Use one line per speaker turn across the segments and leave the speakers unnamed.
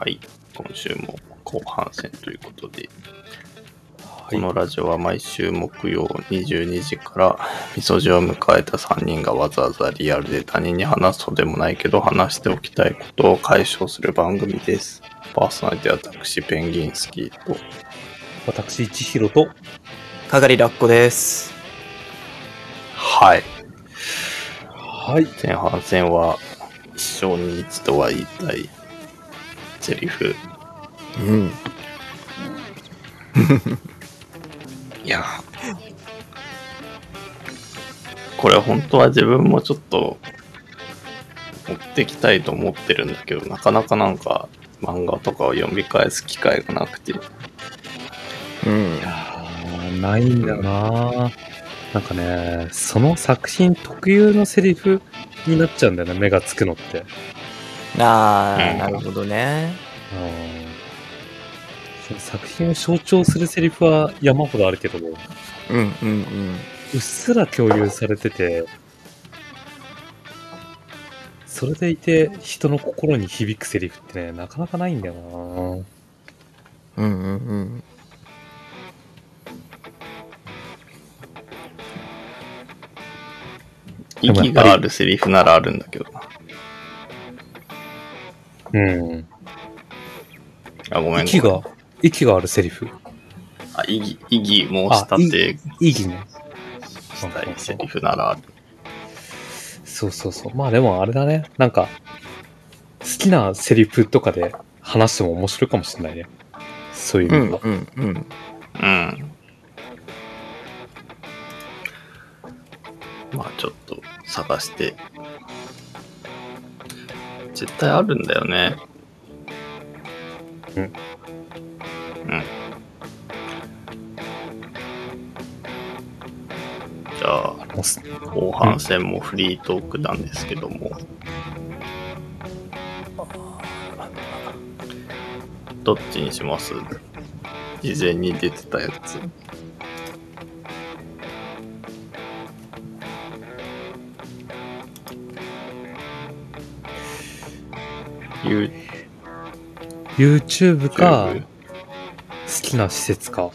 はい、今週も後半戦ということで、このラジオは毎週木曜22時からみそじを迎えた3人がわざわざリアルで他人に話すとでもないけど話しておきたいことを解消する番組です。パーソナリティは私ペンギンスキーと
私千尋と
かがりラッコです。
はい
はい。
前半戦は一生に一度は言いたいセリフ。いやこれ本当は自分もちょっと持ってきたいと思ってるんだけど、なかなかなんか漫画とかを読み返す機会がなくて。
いやー、ないんだよな。なんかね、その作品特有のセリフになっちゃうんだよね、目がつくのって。
なるほどね。
その作品を象徴するセリフは山ほどあるけど、うっすら共有されてて、それでいて人の心に響くセリフってね、なかなかないんだよな。
意義があるセリフならあるんだけどな。あ、ごめん。
息があるセリフ。
あ、意義申し立て。
意義ね。
したいセリフならある。
そうそうそう。まあでもあれだね。なんか、好きなセリフとかで話しても面白いかもしれないね。そういう意味では。
まあちょっと探して。絶対あるんだよね。じゃあ、後半戦もフリートークなんですけども。どっちにします？事前に出てたやつ。
YouTube か、好きな施設か。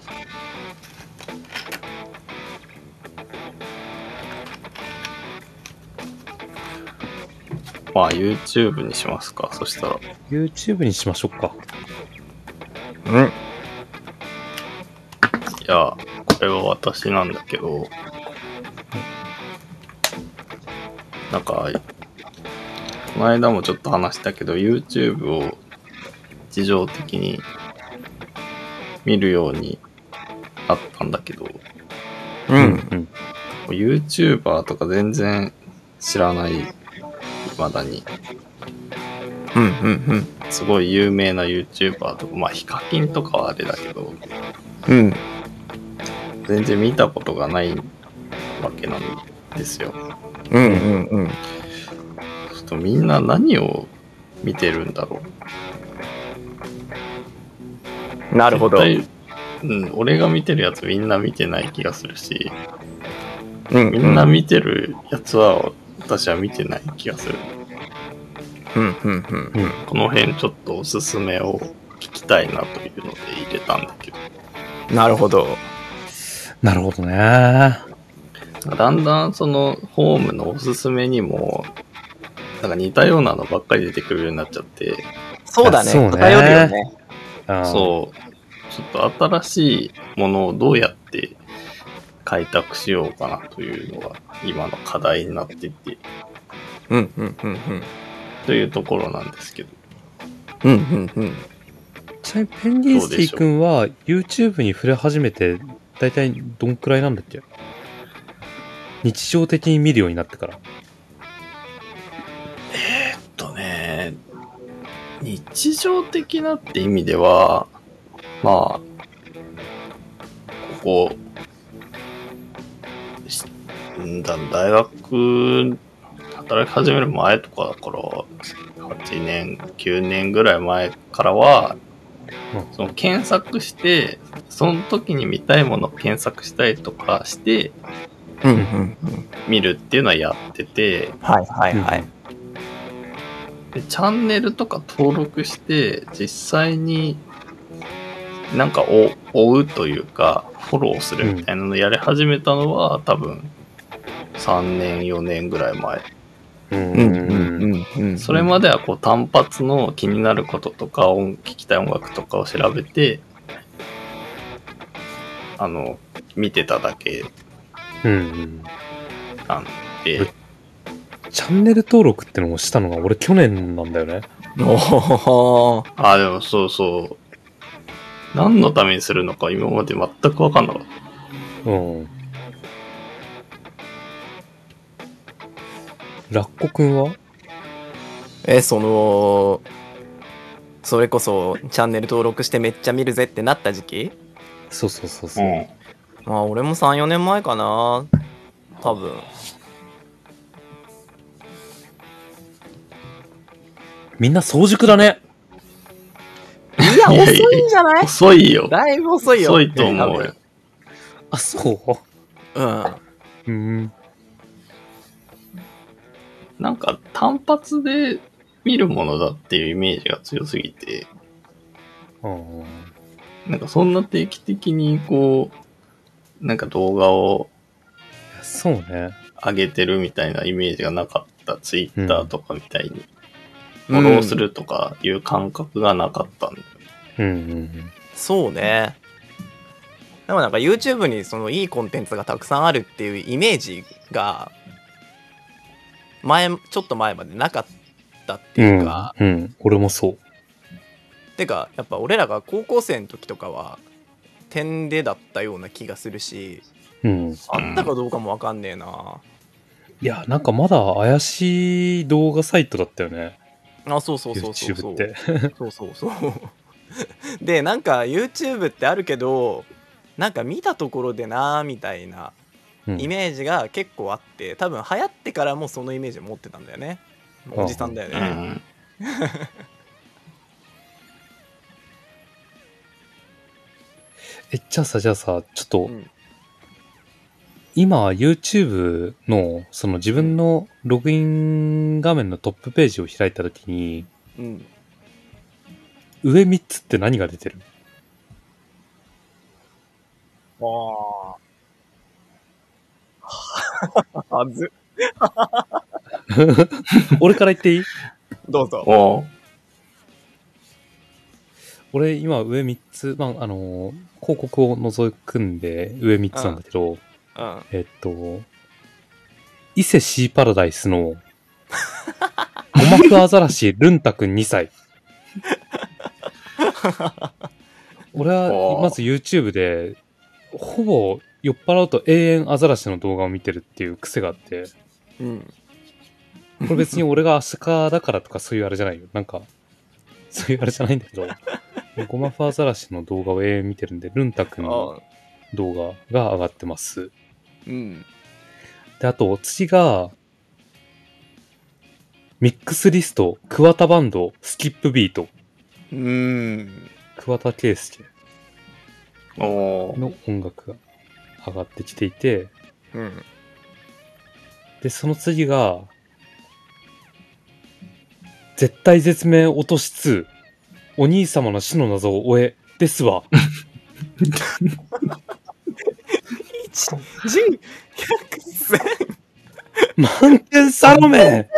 まあ YouTube にしますか。そしたら
YouTube にしましょうか。
いや、これは私なんだけど、なんかこの間もちょっと話したけど YouTube を日常的に見るようになったんだけど、YouTuber とか全然知らない。未だにすごい有名な YouTuber とか、まあヒカキンとかはあれだけど、全然見たことがないわけなんですよ。そうするとみんな何を見てるんだろう。
なるほど。
俺が見てるやつみんな見てない気がするし、みんな見てるやつは私は見てない気がする。この辺ちょっとおすすめを聞きたいなというので入れたんだけど。
なるほど。
なるほどね。
だんだんそのホームのおすすめにもなんか似たようなのばっかり出てくるようになっちゃって。
そうだね。偏るよね。
そう。ちょっと新しいものをどうやって開拓しようかなというのが今の課題になっていて。というところなんですけど。
ちなみにペンギンスティ君は YouTube に触れ始めてだいたいどんくらいなんだっけ？日常的に見るようになってから。
日常的なって意味では、まあ、ここ、大学働き始める前とかだから、8年、9年ぐらい前からは、その検索して、その時に見たいものを検索したりとかして、見るっていうのはやってて、 でチャンネルとか登録して実際になんか追うというかフォローするみたいなのやり始めたのは、多分3年4年ぐらい前。それまではこう単発の気になることとか聴きたい音楽とかを調べて見てただけなんで、
チャンネル登録ってのもしたのが俺去年なんだよね。
あ、でもそうそう。何のためにするのか今まで全く分かんなかった。
ラッコくんは？
それこそチャンネル登録してめっちゃ見るぜってなった時期？
そうそうそうそう。
まあ俺も3、4年前かな。多分。
みんな早熟だね。
いや、遅いんじゃない？
遅いよ。
だいぶ遅いよ。
遅いと思うよ。
あ、そう？
なんか単発で見るものだっていうイメージが強すぎて、なんかそんな定期的にこうなんか動画を
そうね
上げてるみたいなイメージがなかった。ツイッターとかみたいにフォローするとかいう感覚がなかったんだよ。
そうね。でもなんか YouTube にそのいいコンテンツがたくさんあるっていうイメージがちょっと前までなかったっていうか、
俺もそう。
てかやっぱ俺らが高校生の時とかは点でだったような気がするし、あったかどうかもわかんねえな。
いや、なんかまだ怪しい動画サイトだったよね。
あ、そうそうそうそうそう。
YouTube って。
そうそうそう。で、なんか YouTube ってあるけど、なんか見たところでなみたいなイメージが結構あって、多分流行ってからもそのイメージを持ってたんだよね。おじさんだよね。
じゃあさ、ちょっと、今 YouTube のその自分のログイン画面のトップページを開いたときに、上3つって何が出てる？
はず。
俺から言っていい？
どうぞ。
俺今上3つ、広告を除くんで上3つなんだけど、伊勢シーパラダイスのゴマフアザラシルンタくん2歳。俺はまず YouTube でほぼ酔っ払うと永遠アザラシの動画を見てるっていう癖があって、これ別に俺がアシカだからとかそういうあれじゃないよ。なんかそういうあれじゃないんだけど、ゴマフアザラシの動画を永遠見てるんで、ルンタくんの動画が上がってます。で、あと次がミックスリスト、桑田バンド、スキップビート。桑田佳祐の音楽が上がってきていて、で、その次が、絶対絶命落とし2、お兄様の死の謎を終え、ですわ。
1、10、100、1000。
満点サロメ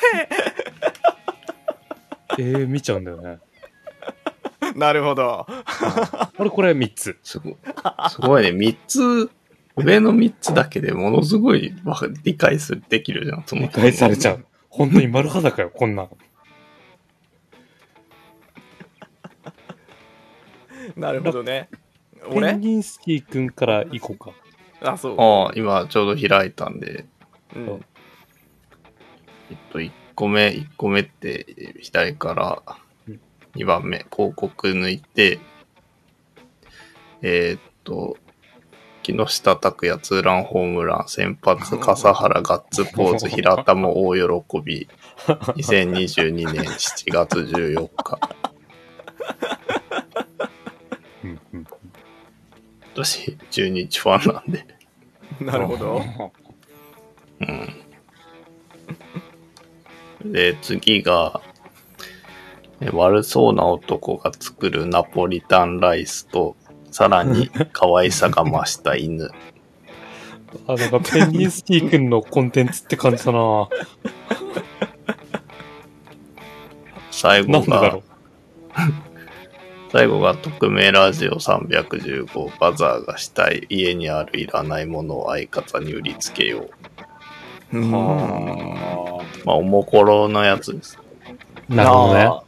見ちゃうんだよね。
なるほど。
俺これ3つ。
すごいね。3つ、上の3つだけでものすごい理解できるじゃん。
理解されちゃう。本当に丸裸よ、こんなの。
なるほどね。
ペンギンスキーくんから行こうか。
あ、そう。
今ちょうど開いたんで。1個目って左から2番目、広告抜いて、木下拓也ツーランホームラン、先発笠原ガッツポーズ、平田も大喜び、2022年7月14日。私、中日ファンなんで。
なるほど。
で、次が、 悪そうな男が作るナポリタンライスと、さらに可愛さが増した犬。
あ、なんかペンギンスキーくんのコンテンツって感じだな。
最後が
なんでだろう。
最後が匿名ラジオ315、バザーがしたい、家にあるいらないものを相方に売りつけよう。
は
まあ、おもころのやつです。
あ。なるほどね。
あ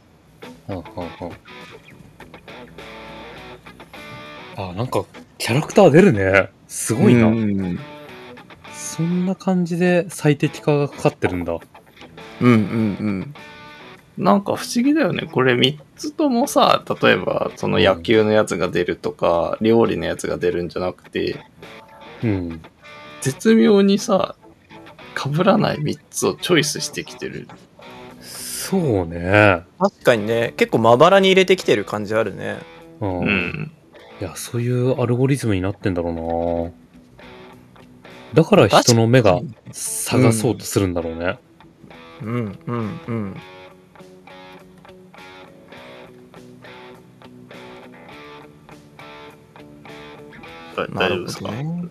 あ、なんか、キャラクター出るね。すごいな。
うん
そんな感じで最適化がかかってるんだ。
うん
なんか不思議だよね。これ3つともさ、例えばその野球のやつが出るとか、料理のやつが出るんじゃなくて、
うん。
絶妙にさ、被らない3つをチョイスしてきてる。
そうね。
確かにね、結構まばらに入れてきてる感じあるね。
うん。
うん。
いや、そういうアルゴリズムになってんだろうな。だから人の目が探そうとするんだろうね。
うん
大丈夫ですか？
ね。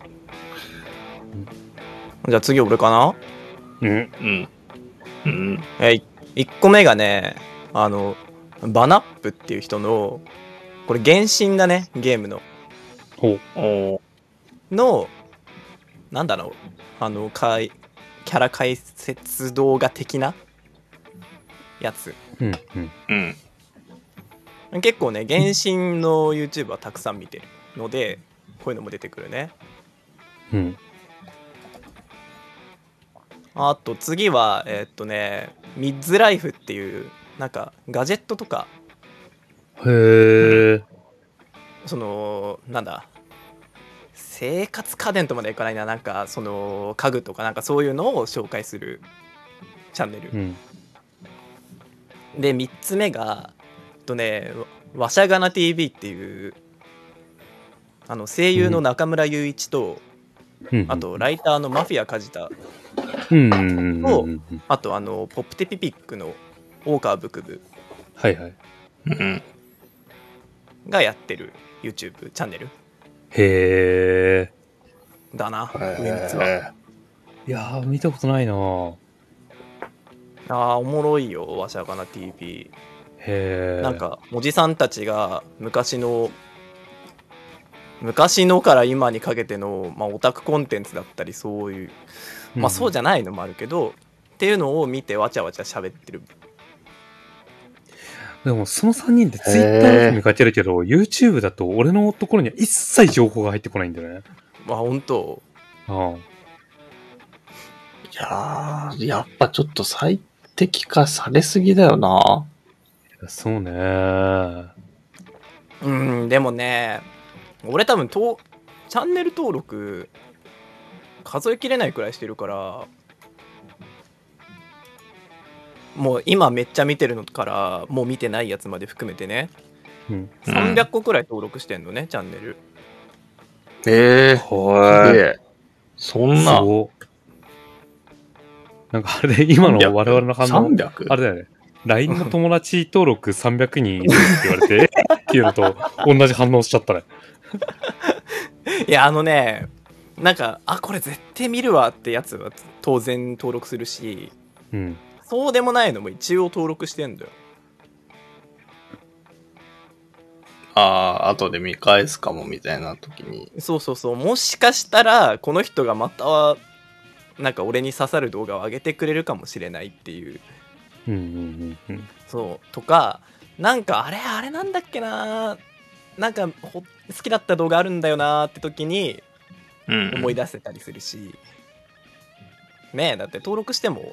じゃあ次俺かな。
うん。
うん。うん。
1個目がね、バナップっていう人の、これ原神だね、ゲームの
ほう。
おー
のなんだろう、キャラ解説動画的なやつ。
うん。うん。
うん。
結構ね、原神の YouTube はたくさん見てるので、こういうのも出てくるね。
うん。
あと次はミッズライフっていうなんかガジェットとか、
へえ。
そのなんだ、生活家電とまではいかないな、なんかその家具とかなんかそういうのを紹介するチャンネル、
うん。
で3つ目がわしゃがな TV っていう声優の中村雄一と、
うん。
あとライターのマフィア梶田
うん。
と、あとポップテピピックの大川ブクブ
はいはい。
うん。
がやってる YouTube チャンネル
へえ。
だな、上3つは。
いやー、見たことないなぁ。
おもろいよ、わしゃがな TV。
へえ。
なんかおじさんたちが昔のから今にかけての、オタクコンテンツだったり、そういう、そうじゃないのもあるけど、っていうのを見てわちゃわちゃ喋ってる。
でもその3人で Twitter で見かけるけど、YouTube だと俺のところには一切情報が入ってこないんだよね。
本当。
あ
いやー、やっぱちょっと最適化されすぎだよな。
あ。そうね。
でもね、俺多分チャンネル登録数えきれないくらいしてるから、もう今めっちゃ見てるのからもう見てないやつまで含めてね、300個くらい登録してんのね、チャンネル。
はい。そんな。
なんかあれ、今の我々の反応、
300?
あれだよね。LINE の友達登録300人いるって言われて、っていうのと同じ反応しちゃったね。
いやなんかこれ絶対見るわってやつは当然登録するし、そうでもないのも一応登録してんだよ。
後で見返すかもみたいな時に。
そうもしかしたらこの人がまたなんか俺に刺さる動画を上げてくれるかもしれないっていう、そうとか、なんかあれなんだっけな、なんか好きだった動画あるんだよなって時に思い出せたりするし、ねえ、だって登録しても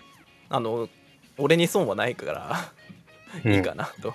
俺に損はないからいいかなと。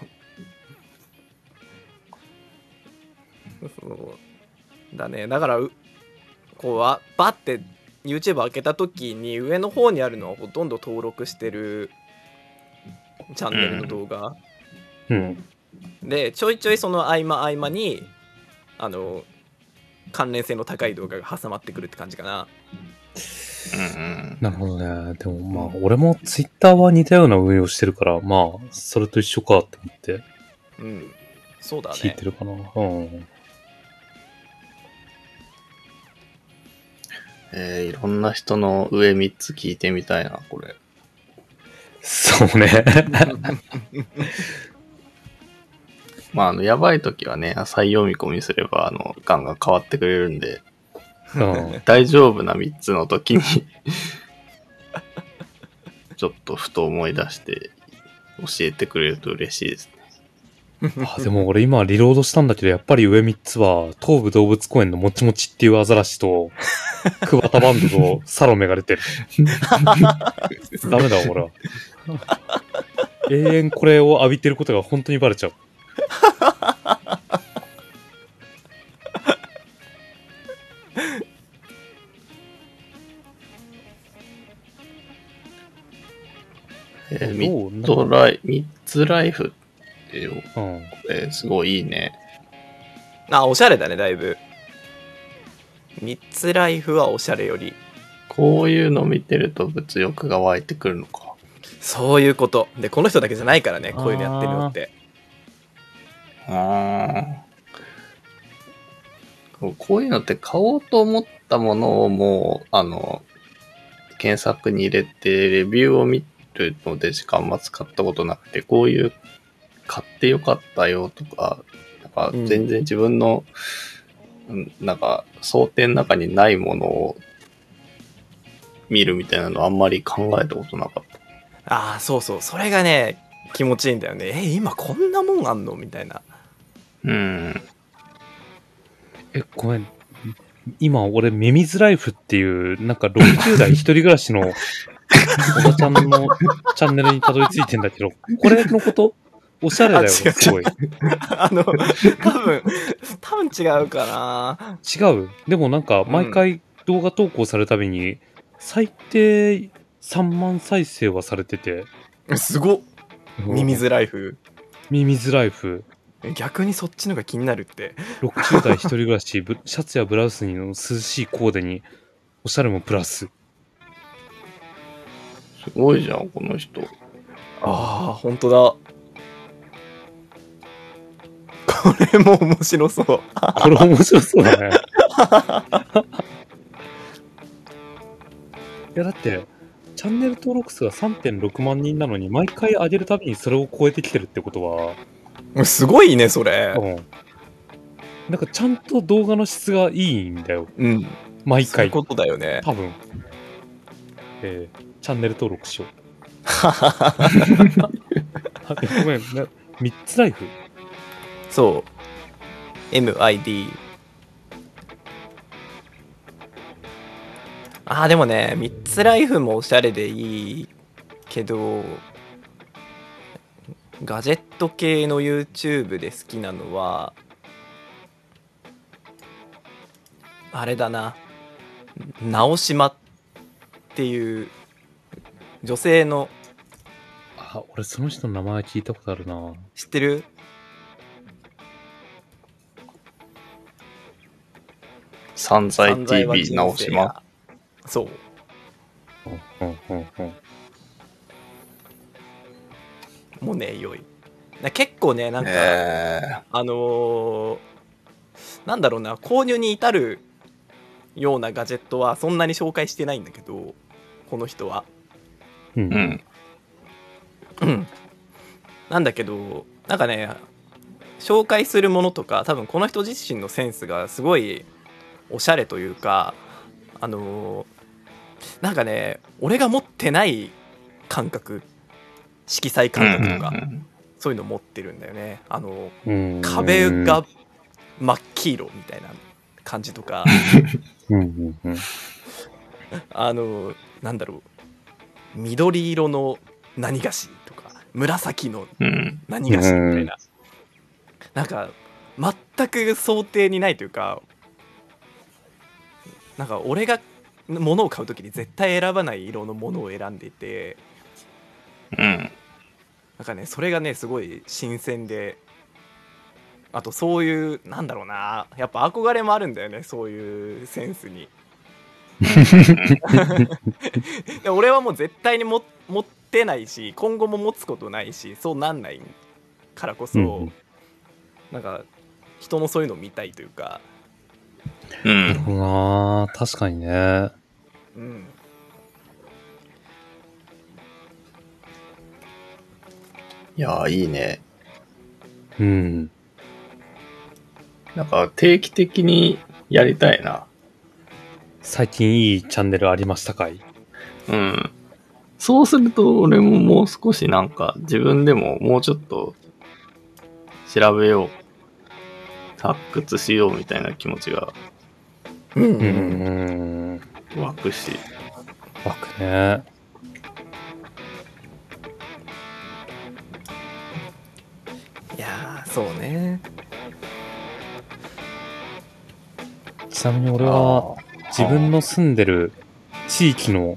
そうだね。だからこうバッて YouTube 開けた時に上の方にあるのはほとんど登録してるチャンネルの動画、でちょいちょいその合間に関連性の高い動画が挟まってくるって感じかな。
なるほどね。でもまあ、俺もツイッターは似たような運営をしてるから、まあ、それと一緒かって思って。
うん。そうだね。
聞いてるかな。うん。
いろんな人の上3つ聞いてみたいな、これ。
そうね。
まあ、やばい時はね、再読み込みすれば、ガンガン変わってくれるんで、
うん、
大丈夫な3つの時にちょっとふと思い出して教えてくれると嬉しいですね。
あ、でも俺今リロードしたんだけど、やっぱり上3つは、東武動物公園のもちもちっていうアザラシと、クワタバンドとサロメが出てる。ダメだ、俺は。永遠これを浴びてることが本当にバレちゃう。
ミッツライフってよ、これすごいいいね。
あ、おしゃれだね、だいぶ。ミッツライフはおしゃれより。
こういうの見てると物欲が湧いてくるのか。
そういうこと。で、この人だけじゃないからね、こういうのやってるのって。
こういうのって買おうと思ったものをもう、検索に入れてレビューを見るのでしかあんま使ったことなくて、こういう買ってよかったよとか、なんか全然自分の、なんか想定の中にないものを見るみたいなのあんまり考えたことなかった。
ああ、そうそう。それがね、気持ちいいんだよね。今こんなもんあんのみたいな。
ごめん。今俺ミミズライフっていうなんか60代一人暮らしのおばちゃんのチャンネルにたどり着いてんだけど、これのこと？おしゃれだよ、すごい。
多分違うかな。
違う。でもなんか毎回動画投稿されるたびに最低3万再生はされてて。
すごっ。ミミズライフ。
ミミズライフ。
逆にそっちのが気になるって。
60代一人暮らし、シャツやブラウスにの涼しいコーデにおしゃれもプラス。
すごいじゃん、この人。
ああ、本当だ。これも面白そう。こ
れ面白そうだね。いやだってチャンネル登録数が 3.6 万人なのに毎回上げるたびにそれを超えてきてるってことは
すごいね、それ。
なんかちゃんと動画の質がいいんだよ。毎回。
そういうことだよね。
多分。チャンネル登録しよう。ごめん、ミッツライフ？
そう。MID。でもね、ミッツライフもおしゃれでいいけど、ガジェット系の YouTube で好きなのはあれだな、直島っていう女性の。
俺その人の名前聞いたことあるな。
知ってる？
散財 TV 直島。
そう。もうね、良い。結構ね、なんか、なんだろうな、購入に至るようなガジェットはそんなに紹介してないんだけど、この人は。なんだけど、なんかね、紹介するものとか、多分この人自身のセンスがすごいおしゃれというか、なんかね、俺が持ってない感覚、色彩感覚とか、そういうの持ってるんだよね。壁が真っ黄色みたいな感じとかなんだろう、緑色の何菓子とか紫の何菓子みたいな、なんか全く想定にないというか、なんか俺が物を買うときに絶対選ばない色のものを選んでいて、なんかね、それがねすごい新鮮で、あとそういうなんだろうな、やっぱ憧れもあるんだよね、そういうセンスに。 で俺はもう絶対に持ってないし、今後も持つことないし、そうなんないからこそ、
うん
なんか人のそういうのを見たいというか、
うん。
なあ、確かにね。
うん、
いやー、いいね。
うん。
なんか定期的にやりたいな。
最近いいチャンネルありましたかい？
うん。そうすると俺ももう少しなんか自分でももうちょっと調べよう、発掘しようみたいな気持ちが
うんうん
うん。
湧くし。
湧くね。
いやーそうね。
ちなみに俺は自分の住んでる地域の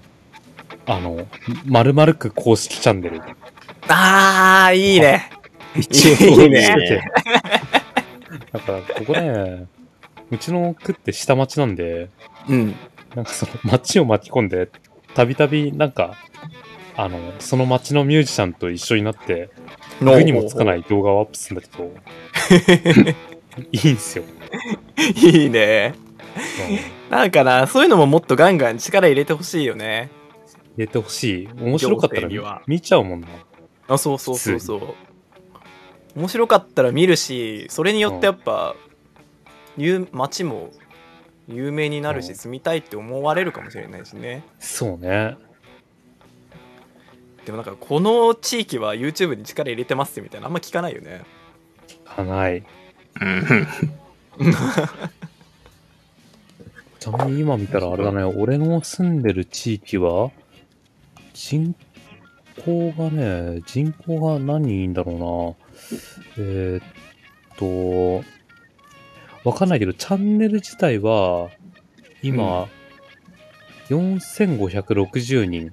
〇〇区公式チャンネル。
あーいいね。
一応
いいね
してて。だからここね、うちの区って下町なんで、
うん
なんかその町を巻き込んで、たびたびなんか、その町のミュージシャンと一緒になって、具にもつかない動画をアップするんだけど、いいんすよ。
いいね。なんかな、そういうのももっとガンガン力入れてほしいよね。
入れてほしい。面白かった
行政には
ら見ちゃうもんな。
あ、そうそうそうそう。面白かったら見るし、それによってやっぱ、街も有名になるし、住みたいって思われるかもしれないしね。
そうね。
でもなんかこの地域は YouTube に力入れてますみたいなあんま聞かないよね。
かない。
うん。
ちなみに今見たらあれだね、俺の住んでる地域は、人口が何人いんだろうな。わかんないけど、チャンネル自体は、今、4560人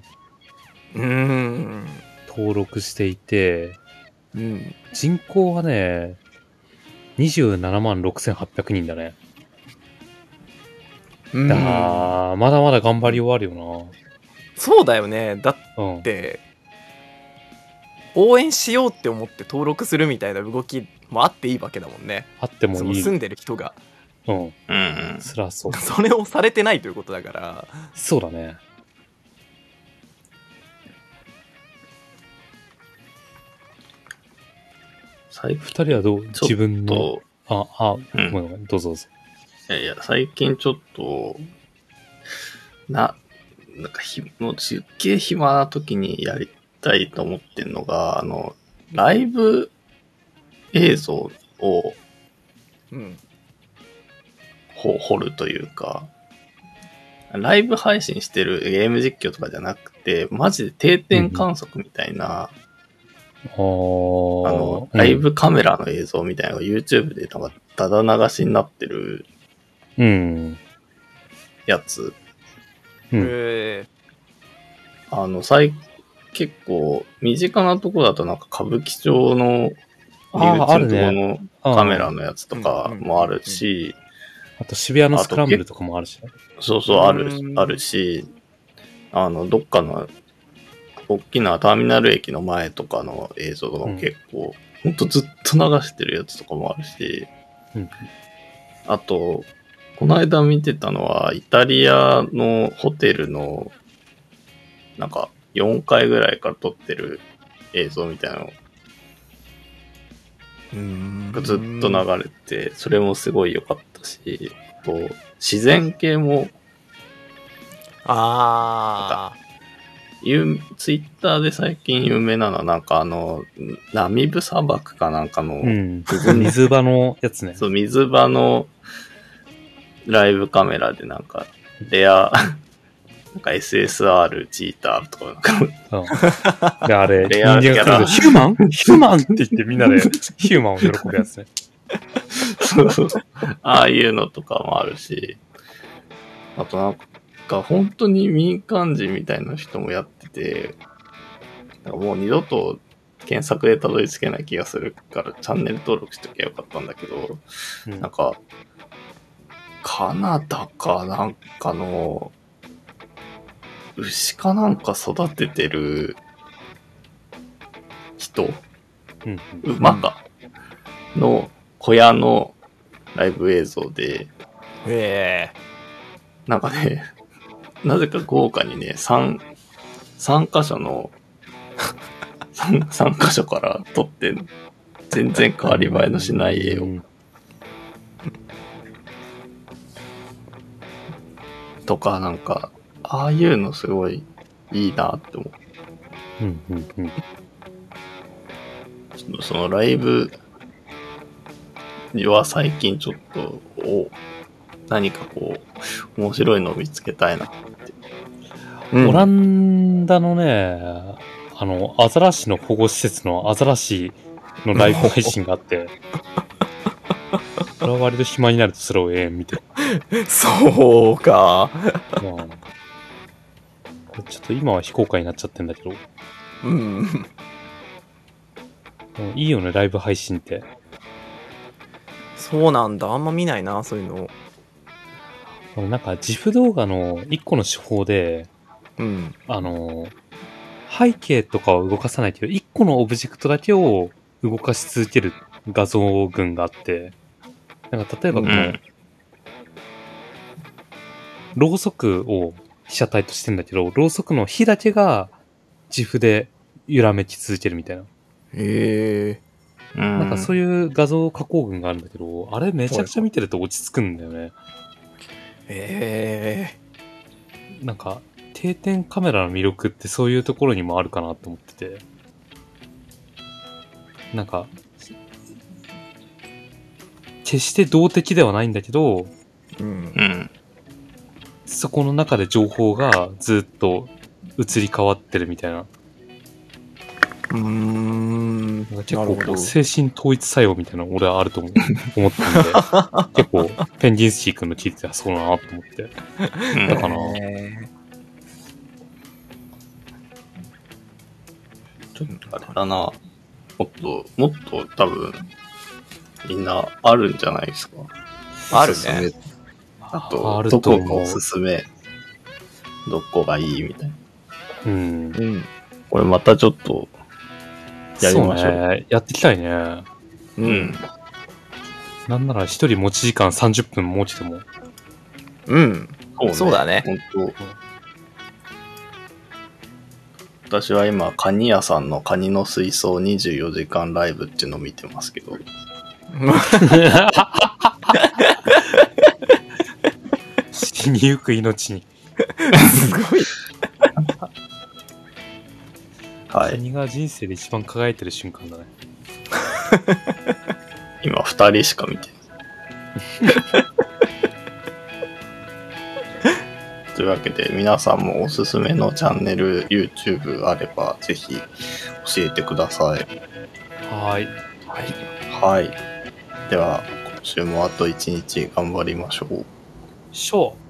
登録していて、人口がね、27万6800人だね。まだまだ頑張り終わるよ
そうだよね。だ
な。うん。
って応援しようって思って登録するみたいな動きもあっていいわけだもんね。
あってもいい。
その住んでる人が
うん。
うん。
そらそう。
それをされてないということだから。
そうだね。二人はどう自分の。
うん、
ごめん、どうぞどうぞ。
いや、最近ちょっと、なんかもうすっげえ暇な時にやりたいと思ってんのが、ライブ映像を、掘るというか、ライブ配信してるゲーム実況とかじゃなくて、マジで定点観測みたいな、ライブカメラの映像みたいなのが YouTube でなんかただ流しになってるやつ。結構身近なとこだとなんか歌舞伎町の入り口のとこのカメラのやつとかもあるし、
あと渋谷のスクランブルとかもあるしね。
そうそう、あるし、どっかの大きなターミナル駅の前とかの映像が結構、ほんとずっと流してるやつとかもあるし、あと、この間見てたのは、イタリアのホテルの、なんか、4階ぐらいから撮ってる映像みたいなのがずっと流れて、それもすごい良かったし、自然系も、ツイッターで最近有名なのは、なんかナミブ砂漠かなんかの、
水場のやつね。
そう、水場のライブカメラでなんか、なんか SSR チーターとかなんか、
で、あれ、人間が来ると、ヒューマンって言ってみんなでヒューマンを喜ぶやつね。
そうそう。ああいうのとかもあるし、あとなんか本当に民間人みたいな人もやってて、なんかもう二度と検索でたどり着けない気がするからチャンネル登録しときゃよかったんだけど、なんか、カナダかなんかの牛かなんか育ててる人、
うん
馬か、の小屋のライブ映像で、
へえ。
なんかね、なぜか豪華にね、3箇所の、3箇所から撮って、全然変わり映えのしない絵を。とか、なんか、ああいうのすごいいいなって思う。
うんうんうん。
そのライブは最近ちょっと、何かこう、面白いのを見つけたいなって。
オランダのね、アザラシの保護施設のアザラシのライブ配信があって、俺は割と暇になるとそれを見てる。
そうか。
まあ、これちょっと今は非公開になっちゃってんだけど、
うん。
いいよね、ライブ配信って。
そうなんだ。あんま見ないな、そういうの。
なんか自負動画の一個の手法で、
うん。
背景とかを動かさないけど、一個のオブジェクトだけを動かし続ける画像群があって、なんか例えばこの、ろうそくを被写体としてんだけど、ろうそくの火だけが自負で揺らめき続けるみたいな。
へえ。
なんかそういう画像加工群があるんだけど、あれめちゃくちゃ見てると落ち着くんだよね。
へ
え。なんか、定点カメラの魅力ってそういうところにもあるかなと思ってて。なんか、決して動的ではないんだけど、
うん。
そこの中で情報がずっと移り変わってるみたいな。結構精神統一作用みたいなの俺はあると思ったんで、結構ペンギンスキー君の聞いてたそうだなと思って。だから、
ちょっとあれだな、もっと多分みんなあるんじゃないですか。
あるね。
あとどこがおすすめ、どこがいいみたいな。
うん。
これまたちょっとやりましょう。
そうね。やっていきたいね。
うん。
なんなら一人持ち時間30分持ちても。
うん。そうだね。
本当。私は今、カニ屋さんのカニの水槽24時間ライブっていうのを見てますけど。
死にゆく命に。
すごい。
はい。
カニが人生で一番輝いてる瞬間だね。
今2人しか見てないというわけで、皆さんもおすすめのチャンネル YouTube あればぜひ教えてください。
はい。
はい。では今週もあと1日頑張りましょう。
しょう。